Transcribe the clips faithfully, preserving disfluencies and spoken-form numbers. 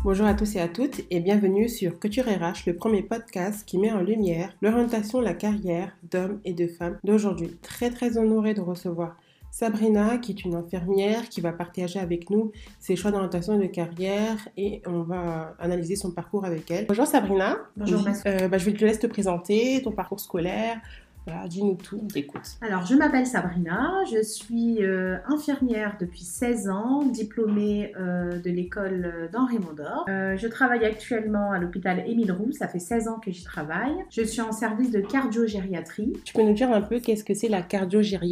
Bonjour à tous et à toutes et bienvenue sur Couture R H, le premier podcast qui met en lumière l'orientation, la carrière d'hommes et de femmes d'aujourd'hui. Très très honorée de recevoir Sabrina, qui est une infirmière qui va partager avec nous ses choix d'orientation et de carrière et on va analyser son parcours avec elle. Bonjour Sabrina. Bonjour. Euh, bah, je vais te laisser te présenter, ton parcours scolaire. Voilà, dis-nous tout, on t'écoute. Alors, je m'appelle Sabrina, je suis euh, infirmière depuis seize ans, diplômée euh, de l'école d'Henri Mondor. Euh, je travaille actuellement à l'hôpital Émile Roux, ça fait seize ans que j'y travaille. Je suis en service de cardio-gériatrie. Tu peux nous dire un peu qu'est-ce que c'est la cardio-gériatrie ?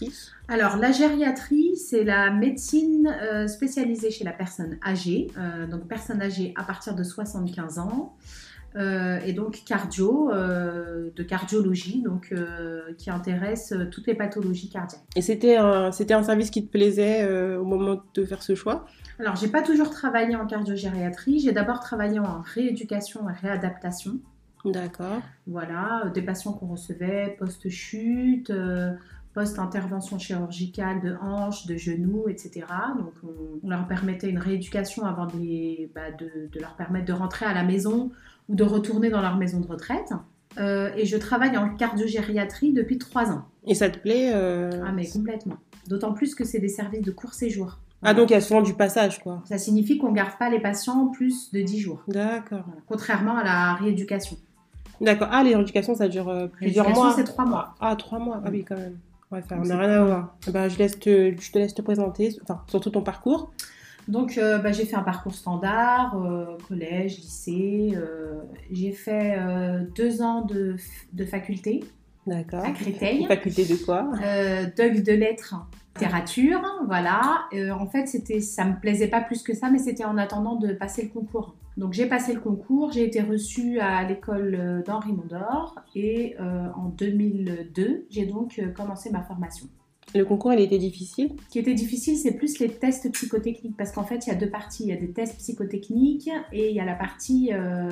Alors, la gériatrie, c'est la médecine euh, spécialisée chez la personne âgée, euh, donc personne âgée à partir de soixante-quinze ans. Euh, et donc cardio, euh, de cardiologie, donc, euh, qui intéresse euh, toutes les pathologies cardiaques. Et c'était un, c'était un service qui te plaisait euh, au moment de faire ce choix ? Alors, j'ai pas toujours travaillé en cardio-gériatrie, j'ai d'abord travaillé en rééducation et réadaptation. D'accord. Voilà, euh, des patients qu'on recevait post-chute, euh, post-intervention chirurgicale de hanches, de genoux, et cetera. Donc, on, on leur permettait une rééducation avant de, les, bah, de, de leur permettre de rentrer à la maison ou de retourner dans leur maison de retraite. Euh, et je travaille en cardio-gériatrie depuis trois ans. Et ça te plaît euh... Ah mais complètement. D'autant plus que c'est des services de court séjour. Ah donc il y a souvent du passage quoi. Ça signifie qu'on ne garde pas les patients plus de dix jours. D'accord. Voilà. Contrairement à la rééducation. D'accord. Ah, les rééducations ça dure euh, plusieurs mois. c'est trois mois. Ah, trois mois. Ah oui quand même. Ouais, ça n'a rien à voir. Bah, je, laisse te, je te laisse te présenter, enfin surtout ton parcours. Donc, euh, bah, j'ai fait un parcours standard, euh, collège, lycée. Euh, j'ai fait euh, deux ans de, de faculté. D'accord. À Créteil. Faculté de quoi ? euh, Doc de lettres, littérature, voilà. Euh, en fait, c'était, ça me plaisait pas plus que ça, mais c'était en attendant de passer le concours. Donc, j'ai passé le concours, j'ai été reçue à l'école d'Henri Mondor et euh, en deux mille deux, j'ai donc euh, commencé ma formation. Le concours, il était difficile ? Ce qui était difficile, c'est plus les tests psychotechniques. Parce qu'en fait, il y a deux parties. Il y a des tests psychotechniques et il y a la partie euh,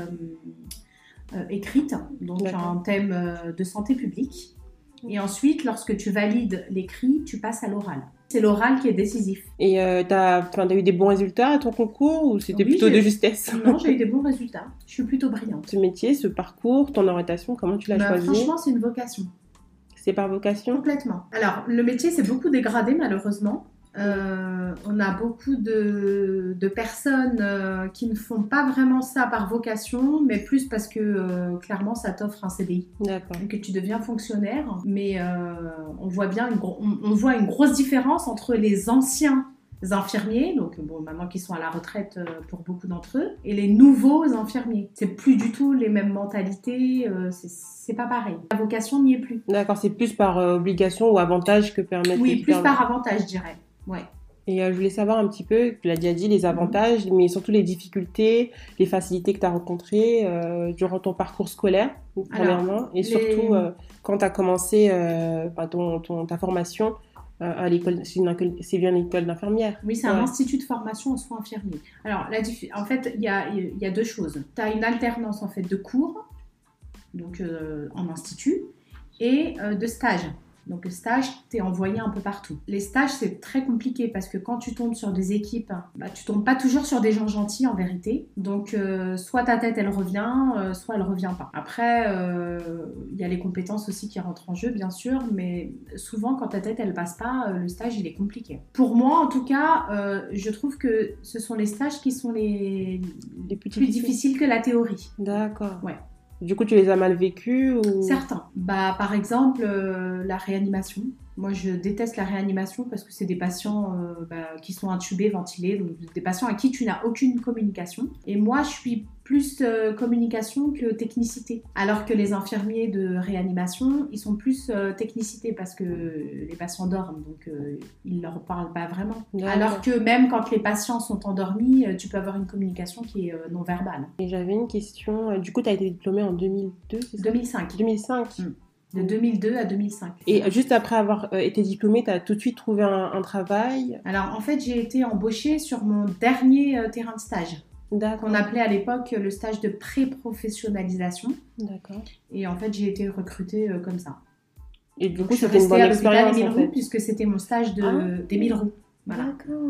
euh, écrite, donc D'accord. en thème euh, de santé publique. Et ensuite, lorsque tu valides l'écrit, tu passes à l'oral. C'est l'oral qui est décisif. Et euh, t'as, t'as eu des bons résultats à ton concours ou c'était Oui, plutôt j'ai... de justesse ? Non, j'ai eu des bons résultats. Je suis plutôt brillante. Ce métier, ce parcours, ton orientation, comment tu l'as bah, choisi ? Franchement, c'est une vocation. C'est par vocation ? Complètement. Alors, le métier s'est beaucoup dégradé, malheureusement. Euh, on a beaucoup de, de personnes euh, qui ne font pas vraiment ça par vocation, mais plus parce que, euh, clairement, ça t'offre un C D I. D'accord. Et que tu deviens fonctionnaire. Mais euh, on voit bien une, gro- on, on voit une grosse différence entre les anciens infirmiers, donc bon, maintenant qu'ils sont à la retraite euh, pour beaucoup d'entre eux, et les nouveaux infirmiers. C'est plus du tout les mêmes mentalités, euh, c'est, c'est pas pareil. La vocation n'y est plus. D'accord, c'est plus par euh, obligation ou avantage que permettre... Oui, plus permet... par avantage, je dirais. Ouais. Et euh, je voulais savoir un petit peu, tu l'as déjà dit, les avantages, mmh. mais surtout les difficultés, les facilités que tu as rencontrées euh, durant ton parcours scolaire, premièrement, et les... surtout euh, quand tu as commencé euh, ton, ton, ta formation euh, à l'école, c'est, une, c'est bien une école d'infirmière. Oui, c'est ouais. un institut de formation en soins infirmiers. Alors, la, en fait, il y a, y a deux choses. Tu as une alternance en fait, de cours, donc euh, en institut, et euh, de stage. Donc le stage, t'es envoyé un peu partout. Les stages, c'est très compliqué parce que quand tu tombes sur des équipes, bah, tu tombes pas toujours sur des gens gentils en vérité. Donc euh, soit ta tête, elle revient, euh, soit elle revient pas. Après, il euh, y a les compétences aussi qui rentrent en jeu, bien sûr, mais souvent, quand ta tête, elle passe pas, euh, le stage, il est compliqué. Pour moi, en tout cas, euh, je trouve que ce sont les stages qui sont les, les plus, plus difficiles que la théorie. D'accord. Ouais. Du coup, tu les as mal vécus ou... Certains. Bah, par exemple, euh, la réanimation. Moi, je déteste la réanimation parce que c'est des patients euh, bah, qui sont intubés, ventilés, donc des patients à qui tu n'as aucune communication. Et moi, je suis plus euh, communication que technicité. Alors que les infirmiers de réanimation, ils sont plus euh, technicité parce que les patients dorment, donc euh, ils ne leur parlent pas vraiment. D'accord. Alors que même quand les patients sont endormis, euh, tu peux avoir une communication qui est euh, non verbale. Et j'avais une question. Du coup, tu as été diplômée en deux mille deux, c'est ça ? deux mille cinq. deux mille cinq. Mmh. De deux mille deux à deux mille cinq. Et juste après avoir euh, été diplômée, tu as tout de suite trouvé un, un travail ? Alors, en fait, j'ai été embauchée sur mon dernier euh, terrain de stage. D'accord. Qu'on appelait à l'époque le stage de pré-professionnalisation. D'accord. Et en fait, j'ai été recrutée euh, comme ça. Et du Donc, coup, je suis c'était une bonne restée à l'hôpital expérience Émile en Roux fait. puisque c'était mon stage de, ah, d'Émile Roux. Voilà. D'accord.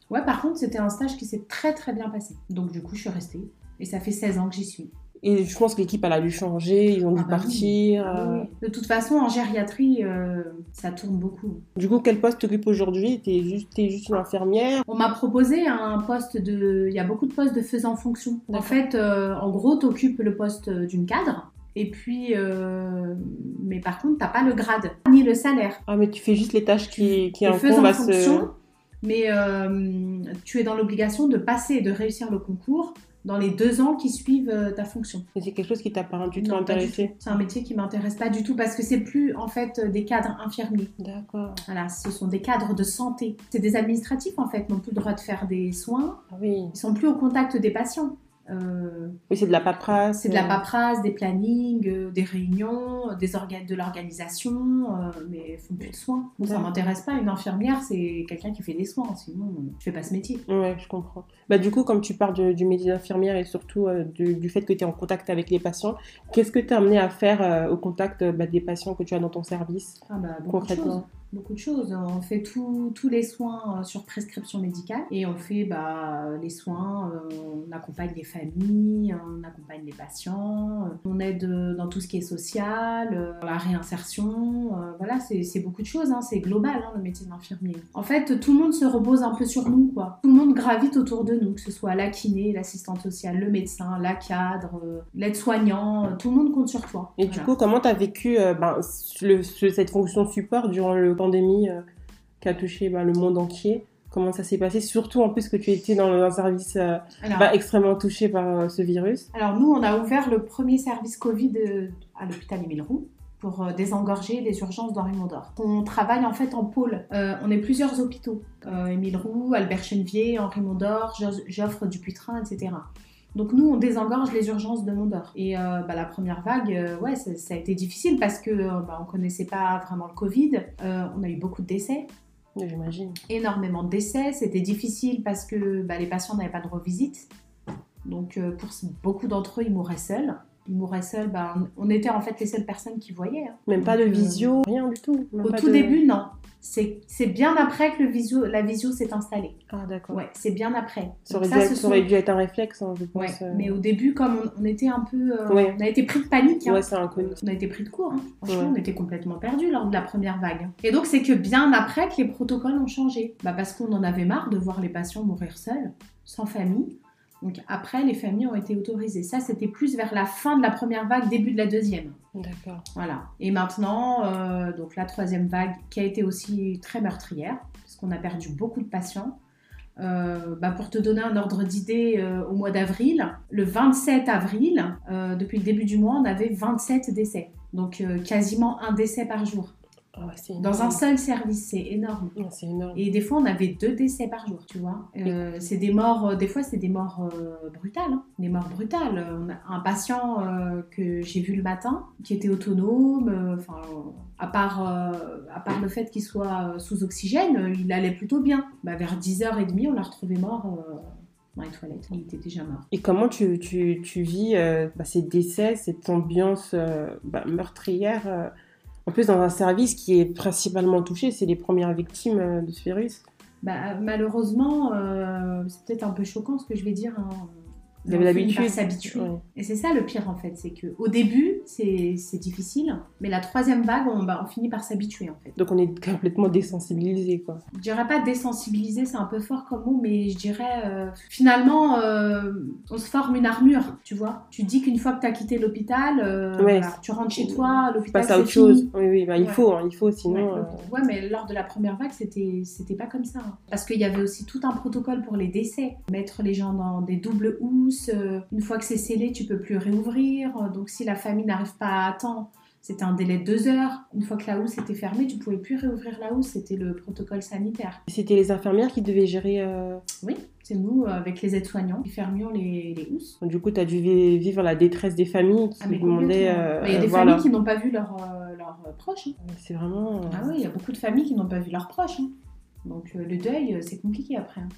Ouais, par contre, c'était un stage qui s'est très très bien passé. Donc du coup, je suis restée. Et ça fait seize ans que j'y suis. Et je pense que l'équipe, elle a dû changer, ils ont dû Ah bah partir. oui. Ah euh. oui. De toute façon, en gériatrie, euh, ça tourne beaucoup. Du coup, quel poste t'occupes aujourd'hui? T'es juste, t'es juste une infirmière? On m'a proposé un poste de... Il y a beaucoup de postes de faisant fonction. En fait, euh, en gros, t'occupes le poste d'une cadre. Et puis, euh... mais par contre, t'as pas le grade, ni le salaire. Ah, mais tu fais juste les tâches qui, qui Le incombent faisant à fonction, ce... mais euh, tu es dans l'obligation de passer et de réussir le concours dans les deux ans qui suivent euh, ta fonction. Et c'est quelque chose qui t'a pas du tout Non, pas du intéressé? tout. C'est un métier qui m'intéresse pas du tout parce que c'est plus en fait des cadres infirmiers. D'accord. Voilà, ce sont des cadres de santé. C'est des administratifs en fait, n'ont plus le droit de faire des soins. Ah oui. Ils sont plus au contact des patients. Euh, Oui, c'est de la paperasse. c'est de la paperasse, des plannings, euh, des réunions, des organes de l'organisation, euh, mais ils font plus de soins. Bon, ça D'accord. m'intéresse pas. Une infirmière, c'est quelqu'un qui fait des soins. Sinon, euh, je fais pas ce métier. Ouais, je comprends. Bah, du coup, comme tu parles de- du métier d'infirmière et surtout euh, du, du fait que tu es en contact avec les patients, qu'est-ce que tu as amené à faire euh, au contact euh, bah, des patients que tu as dans ton service Ah bah, beaucoup de choses. concrètement? Beaucoup de choses. On fait tout- tous les soins euh, sur prescription médicale et on fait bah, les soins, euh, on accompagne les familles, on accompagne les patients, euh, on aide euh, dans tout ce qui est social, euh, la réinsertion, euh, voilà, c'est c'est beaucoup de choses, hein, c'est global hein, le métier d'infirmier. En fait, tout le monde se repose un peu sur nous, quoi. Tout le monde gravite autour de nous, que ce soit la kiné, l'assistante sociale, le médecin, la cadre, euh, l'aide-soignant, euh, tout le monde compte sur toi. Et Voilà. du coup, comment tu as vécu euh, ben, le- ce- cette fonction support durant la pandémie euh, qui a touché ben, le monde entier? Comment ça s'est passé? Surtout en plus que tu étais dans un service euh, Alors, bah, extrêmement touché par euh, ce virus. Alors nous, on a ouvert le premier service Covid euh, à l'hôpital Émile Roux pour euh, désengorger les urgences d'Henri Mondor. On travaille en fait en pôle. Euh, on est plusieurs hôpitaux. Euh, Émile Roux, Albert Chenevier, Henri Mondor, Jo- Joffre Dupuytren, et cetera. Donc nous, on désengorge les urgences de Mondor. Et euh, bah, la première vague, euh, ouais, ça, ça a été difficile parce que euh, bah, on connaissait pas vraiment le Covid. Euh, on a eu beaucoup de décès. J'imagine. Énormément de décès. C'était difficile parce que bah, les patients n'avaient pas de revisite. Donc euh, pour beaucoup d'entre eux, ils mouraient seuls. Ils mouraient seuls. Bah, on était en fait les seules personnes qui voyaient. Hein. Même pas de Donc, euh, visio, rien du tout. Même Au pas tout de- début, non. C'est c'est bien après que le visio, la visio s'est installée. Ah, d'accord. Ouais, c'est bien après. Ça, Donc aurait, dû être, ce ça sont- aurait dû être un réflexe, hein, je Ouais, pense. euh. mais au début, comme on, on était un peu... euh, Ouais. On a été pris de panique. Hein. Ouais, c'est inconnu. On a été pris de court. Hein. Franchement, Ouais. on était complètement perdus lors de la première vague. Et donc, c'est que bien après que les protocoles ont changé. Bah, parce qu'on en avait marre de voir les patients mourir seuls, sans famille. Donc après, les familles ont été autorisées. Ça, c'était plus vers la fin de la première vague, début de la deuxième. D'accord. Voilà. Et maintenant, euh, donc la troisième vague qui a été aussi très meurtrière, parce qu'on a perdu beaucoup de patients. Euh, bah pour te donner un ordre d'idée, euh, au mois d'avril, le vingt-sept avril, euh, depuis le début du mois, on avait vingt-sept décès. Donc euh, quasiment un décès par jour. Ah ouais, c'est énorme. Dans un seul service, c'est énorme. Ouais, c'est énorme. Et des fois, on avait deux décès par jour, tu vois. Euh, c'est des morts, euh, des fois, c'est des morts euh, brutales. Hein. Des morts brutales. Euh, On a un patient euh, que j'ai vu le matin, qui était autonome, enfin, euh, à, part, euh, à part le fait qu'il soit euh, sous oxygène, euh, il allait plutôt bien. Bah, vers dix heures trente, on l'a retrouvé mort euh, dans les toilettes. Il était déjà mort. Et comment tu, tu, tu vis euh, bah, ces décès, cette ambiance euh, bah, meurtrière euh, en plus dans un service qui est principalement touché, c'est les premières victimes euh, de ce virus. Bah, malheureusement, euh, c'est peut-être un peu choquant ce que je vais dire. Hein. Vous avez On finit l'habitude. par s'habituer. Ouais. Et c'est ça le pire en fait, c'est qu'au début, c'est c'est difficile, mais la troisième vague, on, bah, on finit par s'habituer en fait. Donc on est complètement désensibilisé, quoi. Je dirais pas désensibiliser, c'est un peu fort comme mot, mais je dirais euh, finalement, euh, on se forme une armure, tu vois. Tu te dis qu'une fois que tu as quitté l'hôpital, euh, Ouais, voilà, tu rentres chez toi, Tu l'hôpital passes à c'est autre chose. fini. Oui, oui, bah, il Ouais. faut, hein, il faut, sinon. Ouais, euh, l'hôpital- ouais, mais lors de la première vague, c'était c'était pas comme ça. hein. Parce qu'il y avait aussi tout un protocole pour les décès. Mettre les gens dans des doubles housses. euh, une fois que c'est scellé, tu peux plus réouvrir. euh, Donc si la famille n'arrive pas à temps, c'était un délai de deux heures. Une fois que la housse était fermée, tu pouvais plus réouvrir la housse. C'était le protocole sanitaire. C'était les infirmières qui devaient gérer. euh, Oui, c'est nous, euh, avec les aides-soignants, qui fermions les, les housses. Du coup, tu as dû vi- vivre la détresse des familles qui Ah, mais demandaient. complètement. euh, Bah, il y a des voilà. familles qui n'ont pas vu leurs euh, leurs proches. hein. C'est vraiment. euh, Ah oui, il y a beaucoup de familles qui n'ont pas vu leurs proches. hein. Donc euh, le deuil, euh, c'est compliqué après. hein.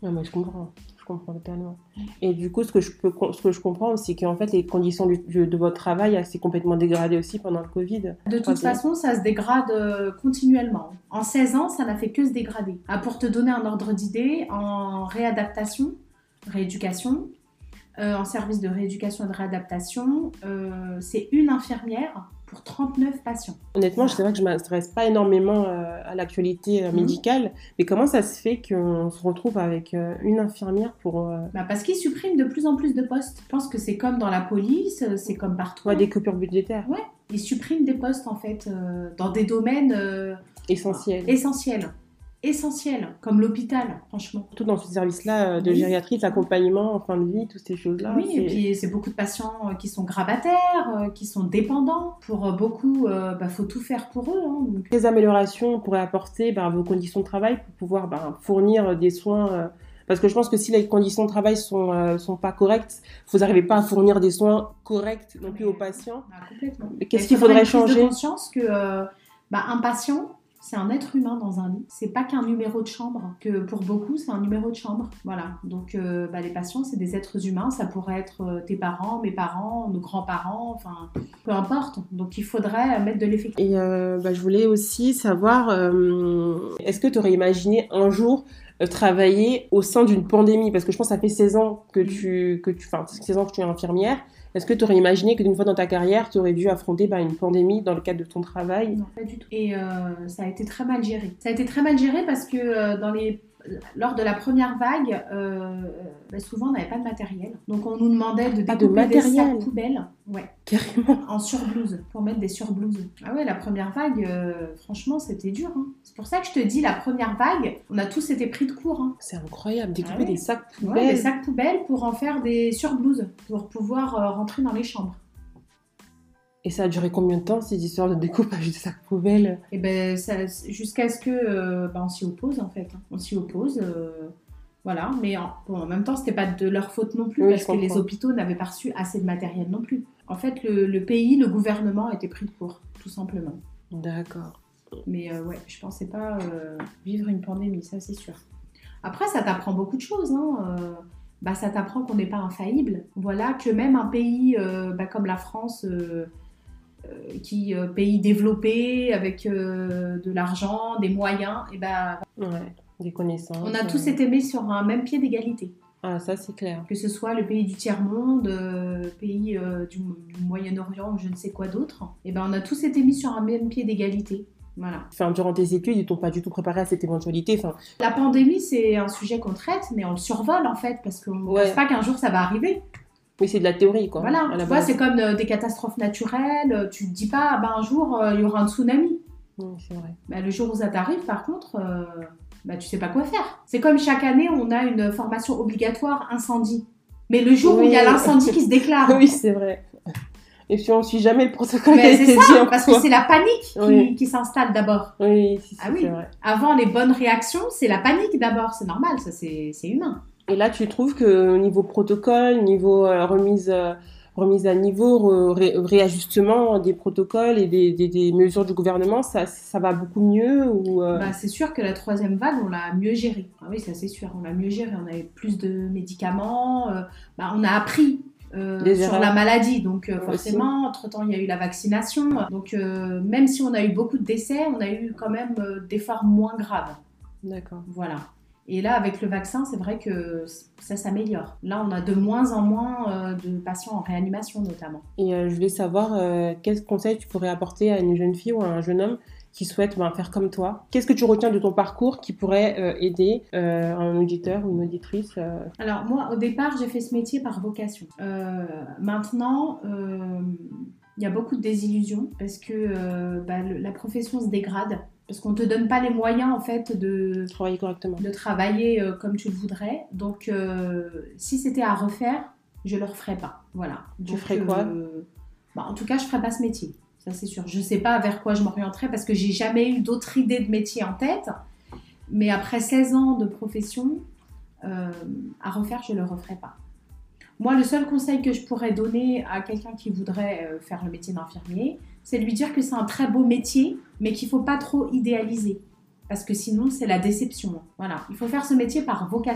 Ouais, mais je comprends, je comprends totalement. Et du coup, ce que je, peux, ce que je comprends, c'est qu'en fait, les conditions du, du- de votre travail, elles s'est complètement dégradées aussi pendant le Covid. De toute façon, ça se dégrade euh, continuellement. En seize ans, ça n'a fait que se dégrader. Ah, pour te donner un ordre d'idée, en réadaptation, rééducation, euh, en service de rééducation et de réadaptation, euh, c'est une infirmière pour trente-neuf patients. Honnêtement, c'est vrai que je ne m'intéresse pas énormément euh, à l'actualité euh, Mhm. médicale, mais comment ça se fait qu'on se retrouve avec euh, une infirmière pour euh, Bah, parce qu'ils suppriment de plus en plus de postes. Je pense que c'est comme dans la police, euh, c'est comme partout. ouais, des coupures budgétaires Ouais, ils suppriment des postes en fait euh, dans des domaines euh, essentielles? essentiels. Essentiels, comme l'hôpital, franchement. Surtout dans ce service-là euh, de Oui. gériatrie, de l'accompagnement en fin de vie, toutes ces choses-là. Oui, c'est... et puis c'est beaucoup de patients euh, qui sont grabataires, euh, qui sont dépendants. Pour euh, beaucoup, il euh, bah, faut tout faire pour eux. Hein, donc. Quelles améliorations pourraient apporter bah, vos conditions de travail pour pouvoir bah, fournir des soins euh, parce que je pense que si les conditions de travail sont, euh, sont pas correctes, vous n'arrivez pas à fournir des soins corrects non plus aux patients. Ah, complètement. Mais qu'est-ce Il qu'il faudrait une prise changer? de conscience que euh, bah, un patient, c'est un être humain dans un lit. C'est pas qu'un numéro de chambre. Que pour beaucoup, c'est un numéro de chambre. Voilà. Donc, euh, bah, les patients, c'est des êtres humains. Ça pourrait être euh, tes parents, mes parents, nos grands-parents, enfin, peu importe. Donc, il faudrait mettre de l'effectif. Et euh, bah, je voulais aussi savoir, euh, est-ce que tu aurais imaginé un jour euh, travailler au sein d'une pandémie? Parce que je pense que ça fait seize ans que tu, que tu, enfin, seize ans que tu es infirmière. Est-ce que tu aurais imaginé que d'une fois dans ta carrière, tu aurais dû affronter bah, une pandémie dans le cadre de ton travail? Non, pas du tout. Et euh, ça a été très mal géré. Ça a été très mal géré parce que euh, dans les... lors de la première vague, euh, bah, souvent on n'avait pas de matériel. Donc on nous demandait de Pas découper de des matériel. sacs poubelles. Ouais. Carrément. En surblouse, pour mettre des surblouses. Ah ouais, la première vague, euh, franchement, c'était dur. Hein. C'est pour ça que je te dis, la première vague, on a tous été pris de court. Hein. C'est incroyable, découper Ah ouais. des sacs poubelles. Ouais, des sacs poubelles pour en faire des surblouses, pour pouvoir euh, rentrer dans les chambres. Et ça a duré combien de temps, ces histoires de découpage de sacs poubelles? Et ben, ça, jusqu'à ce que euh, ben, on s'y oppose en fait. Hein. On s'y oppose. Euh, voilà, mais en, bon, en même temps, c'était pas de leur faute non plus, Oui, parce je que les comprends. hôpitaux n'avaient pas reçu assez de matériel non plus. En fait, le, le pays, le gouvernement était pris de court, tout simplement. D'accord. Mais euh, ouais, je pensais pas euh, vivre une pandémie, ça c'est sûr. Après, ça t'apprend beaucoup de choses. Hein. Euh, bah, ça t'apprend qu'on n'est pas infaillible. Voilà, que même un pays euh, bah, comme la France, euh, euh, qui euh, pays développé, avec euh, de l'argent, des moyens, et bah, Ouais, des connaissances. on a euh. tous été mis sur un même pied d'égalité. Ah, ça c'est clair. Que ce soit le pays du tiers-monde, euh, pays euh, du, du Moyen-Orient ou je ne sais quoi d'autre, et ben on a tous été mis sur un même pied d'égalité. Voilà. Enfin, durant tes études, ils t'ont pas du tout préparé à cette éventualité. Enfin, La pandémie, c'est un sujet qu'on traite, mais on le survole en fait, parce qu'on ne Ouais. pense pas qu'un jour ça va arriver. oui, c'est de la théorie, quoi. Voilà, à la tu vois, base. c'est comme euh, des catastrophes naturelles, euh, tu te dis pas, bah, un jour, euh, il y aura un tsunami. Oui, c'est vrai. Bah, le jour où ça t'arrive, par contre, euh, bah, tu sais pas quoi faire. C'est comme chaque année, on a une formation obligatoire incendie. Mais le jour Oui. où il y a l'incendie qui se déclare, Oui, c'est vrai. Et puis on suit jamais le protocole qui a mais été c'est dit ça, en parce quoi. que c'est la panique qui, Oui. qui s'installe d'abord. Oui, si, si, Ah oui. c'est vrai. Avant les bonnes réactions, c'est la panique d'abord, c'est normal, ça c'est c'est humain. Et là, tu trouves que au niveau protocole, niveau euh, remise, euh, remise à niveau, re- ré- réajustement des protocoles et des, des, des mesures du gouvernement, ça, ça va beaucoup mieux ou euh, Bah, c'est sûr que la troisième vague, on l'a mieux gérée. Ah oui, ça c'est sûr, on l'a mieux gérée. On avait plus de médicaments, euh, bah, on a appris euh, Des sur erreurs. la maladie. Donc euh, Aussi. forcément, entre-temps, il y a eu la vaccination. Donc euh, même si on a eu beaucoup de décès, on a eu quand même euh, des formes moins graves. D'accord. Voilà. Et là, avec le vaccin, c'est vrai que ça s'améliore. Là, on a de moins en moins euh, de patients en réanimation, notamment. Et euh, je voulais savoir euh, quel conseil tu pourrais apporter à une jeune fille ou à un jeune homme qui souhaite ben, faire comme toi. Qu'est-ce que tu retiens de ton parcours qui pourrait euh, aider euh, un auditeur ou une auditrice euh... Alors, moi, au départ, j'ai fait ce métier par vocation. Euh, maintenant, euh, il y a beaucoup de désillusions parce que euh, bah, le, la profession se dégrade. Parce qu'on ne te donne pas les moyens, en fait, de travailler correctement. de travailler euh, comme tu le voudrais. Donc, euh, si c'était à refaire, je ne le referais pas. Voilà. Tu Donc, ferais quoi euh, bah, en tout cas, je ne ferais pas ce métier. Ça, c'est sûr. Je ne sais pas vers quoi je m'orienterais parce que j'ai jamais eu d'autres idées de métier en tête. Mais après seize ans de profession, euh, à refaire, je ne le referais pas. Moi, le seul conseil que je pourrais donner à quelqu'un qui voudrait euh, faire le métier d'infirmier, c'est de lui dire que c'est un très beau métier, mais qu'il ne faut pas trop idéaliser. Parce que sinon, c'est la déception. Voilà. Il faut faire ce métier par vocation.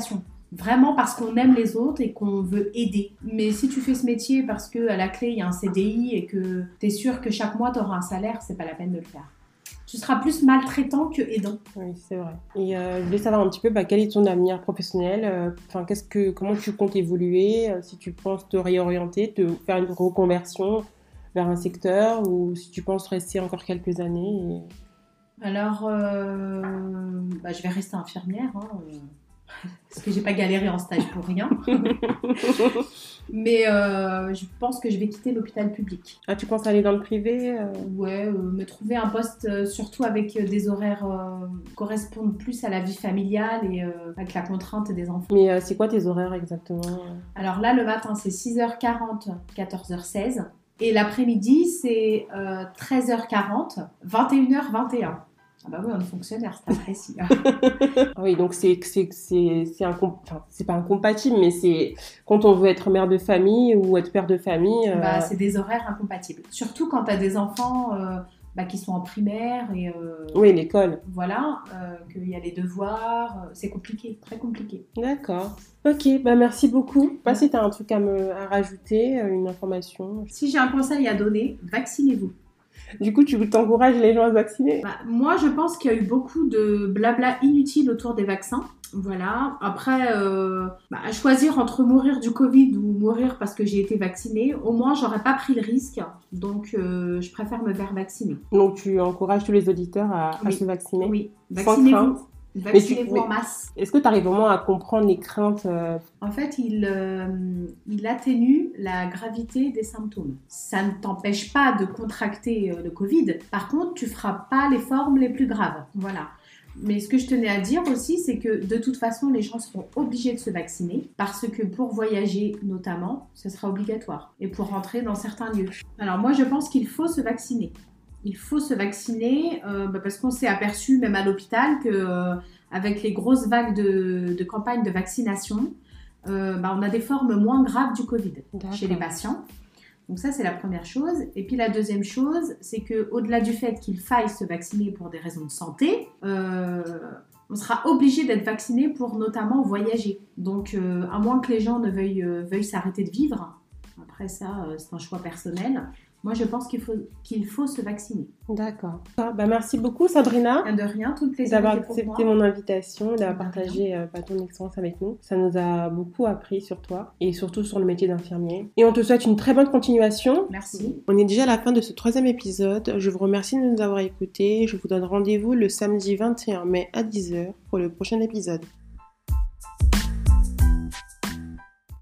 vraiment parce qu'on aime les autres et qu'on veut aider. Mais si tu fais ce métier parce qu'à la clé, il y a un C D I et que tu es sûr que chaque mois, tu auras un salaire, c'est pas la peine de le faire. Tu seras plus maltraitant que aidant. Oui, c'est vrai. Et euh, je voulais savoir un petit peu bah, quel est ton avenir professionnel. euh, Enfin, qu'est-ce que, comment tu comptes évoluer, euh, si tu penses te réorienter, te faire une reconversion vers un secteur, ou si tu penses rester encore quelques années. Et... Alors, euh, bah, je vais rester infirmière, hein, euh, parce que j'ai pas galéré en stage pour rien. Mais euh, je pense que je vais quitter l'hôpital public. Ah, tu penses aller dans le privé euh... Ouais, euh, me trouver un poste euh, surtout avec euh, des horaires euh, qui correspondent plus à la vie familiale et euh, avec la contrainte des enfants. Mais euh, c'est quoi tes horaires exactement? Alors là, le matin, c'est six heures quarante, quatorze heures seize. Et l'après-midi, c'est euh, treize heures quarante, vingt et une heures vingt et un. Ah bah oui, on est fonctionnaire, c'est apprécié. Oui, donc c'est, c'est, c'est, c'est, incom... enfin, c'est pas incompatible, mais c'est quand on veut être mère de famille ou être père de famille. Euh... Bah, c'est des horaires incompatibles. Surtout quand tu as des enfants euh, bah, qui sont en primaire et... Euh, oui, l'école. Voilà, euh, qu'il y a les devoirs, euh, c'est compliqué, très compliqué. D'accord. Ok, bah merci beaucoup. Je sais pas si tu as un truc à me à rajouter, une information. Si j'ai un conseil à donner, vaccinez-vous. Du coup, tu t'encourages les gens à se vacciner? Bah, moi, je pense qu'il y a eu beaucoup de blabla inutile autour des vaccins. Voilà. Après, euh, bah, à choisir entre mourir du Covid ou mourir parce que j'ai été vaccinée, au moins, j'aurais pas pris le risque. Donc, euh, je préfère me faire vacciner. Donc, tu encourages tous les auditeurs à, oui. à se vacciner? Oui, vaccinez-vous. Vaccinez-vous tu, en masse. Est-ce que tu arrives vraiment à comprendre les craintes euh... En fait, il, euh, il atténue la gravité des symptômes. Ça ne t'empêche pas de contracter euh, le Covid. Par contre, tu ne feras pas les formes les plus graves. Voilà. Mais ce que je tenais à dire aussi, c'est que de toute façon, les gens seront obligés de se vacciner parce que pour voyager notamment, ce sera obligatoire. Et pour rentrer dans certains lieux. Alors moi, je pense qu'il faut se vacciner. Il faut se vacciner euh, bah parce qu'on s'est aperçu, même à l'hôpital, que euh, avec les grosses vagues de, de campagne de vaccination, euh, bah on a des formes moins graves du Covid D'accord. chez les patients. Donc ça, c'est la première chose. Et puis la deuxième chose, c'est qu'au-delà du fait qu'il faille se vacciner pour des raisons de santé, euh, on sera obligé d'être vacciné pour notamment voyager. Donc euh, à moins que les gens ne veuillent, euh, veuillent s'arrêter de vivre, après ça, euh, c'est un choix personnel. Moi, je pense qu'il faut, qu'il faut se vacciner. D'accord. Ah, bah, merci beaucoup, Sabrina. De rien, tout le plaisir d'avoir accepté mon invitation, d'avoir partagé euh, ton expérience avec nous. Ça nous a beaucoup appris sur toi et surtout sur le métier d'infirmier. Et on te souhaite une très bonne continuation. Merci. On est déjà à la fin de ce troisième épisode. Je vous remercie de nous avoir écoutés. Je vous donne rendez-vous le samedi vingt et un mai à dix heures pour le prochain épisode.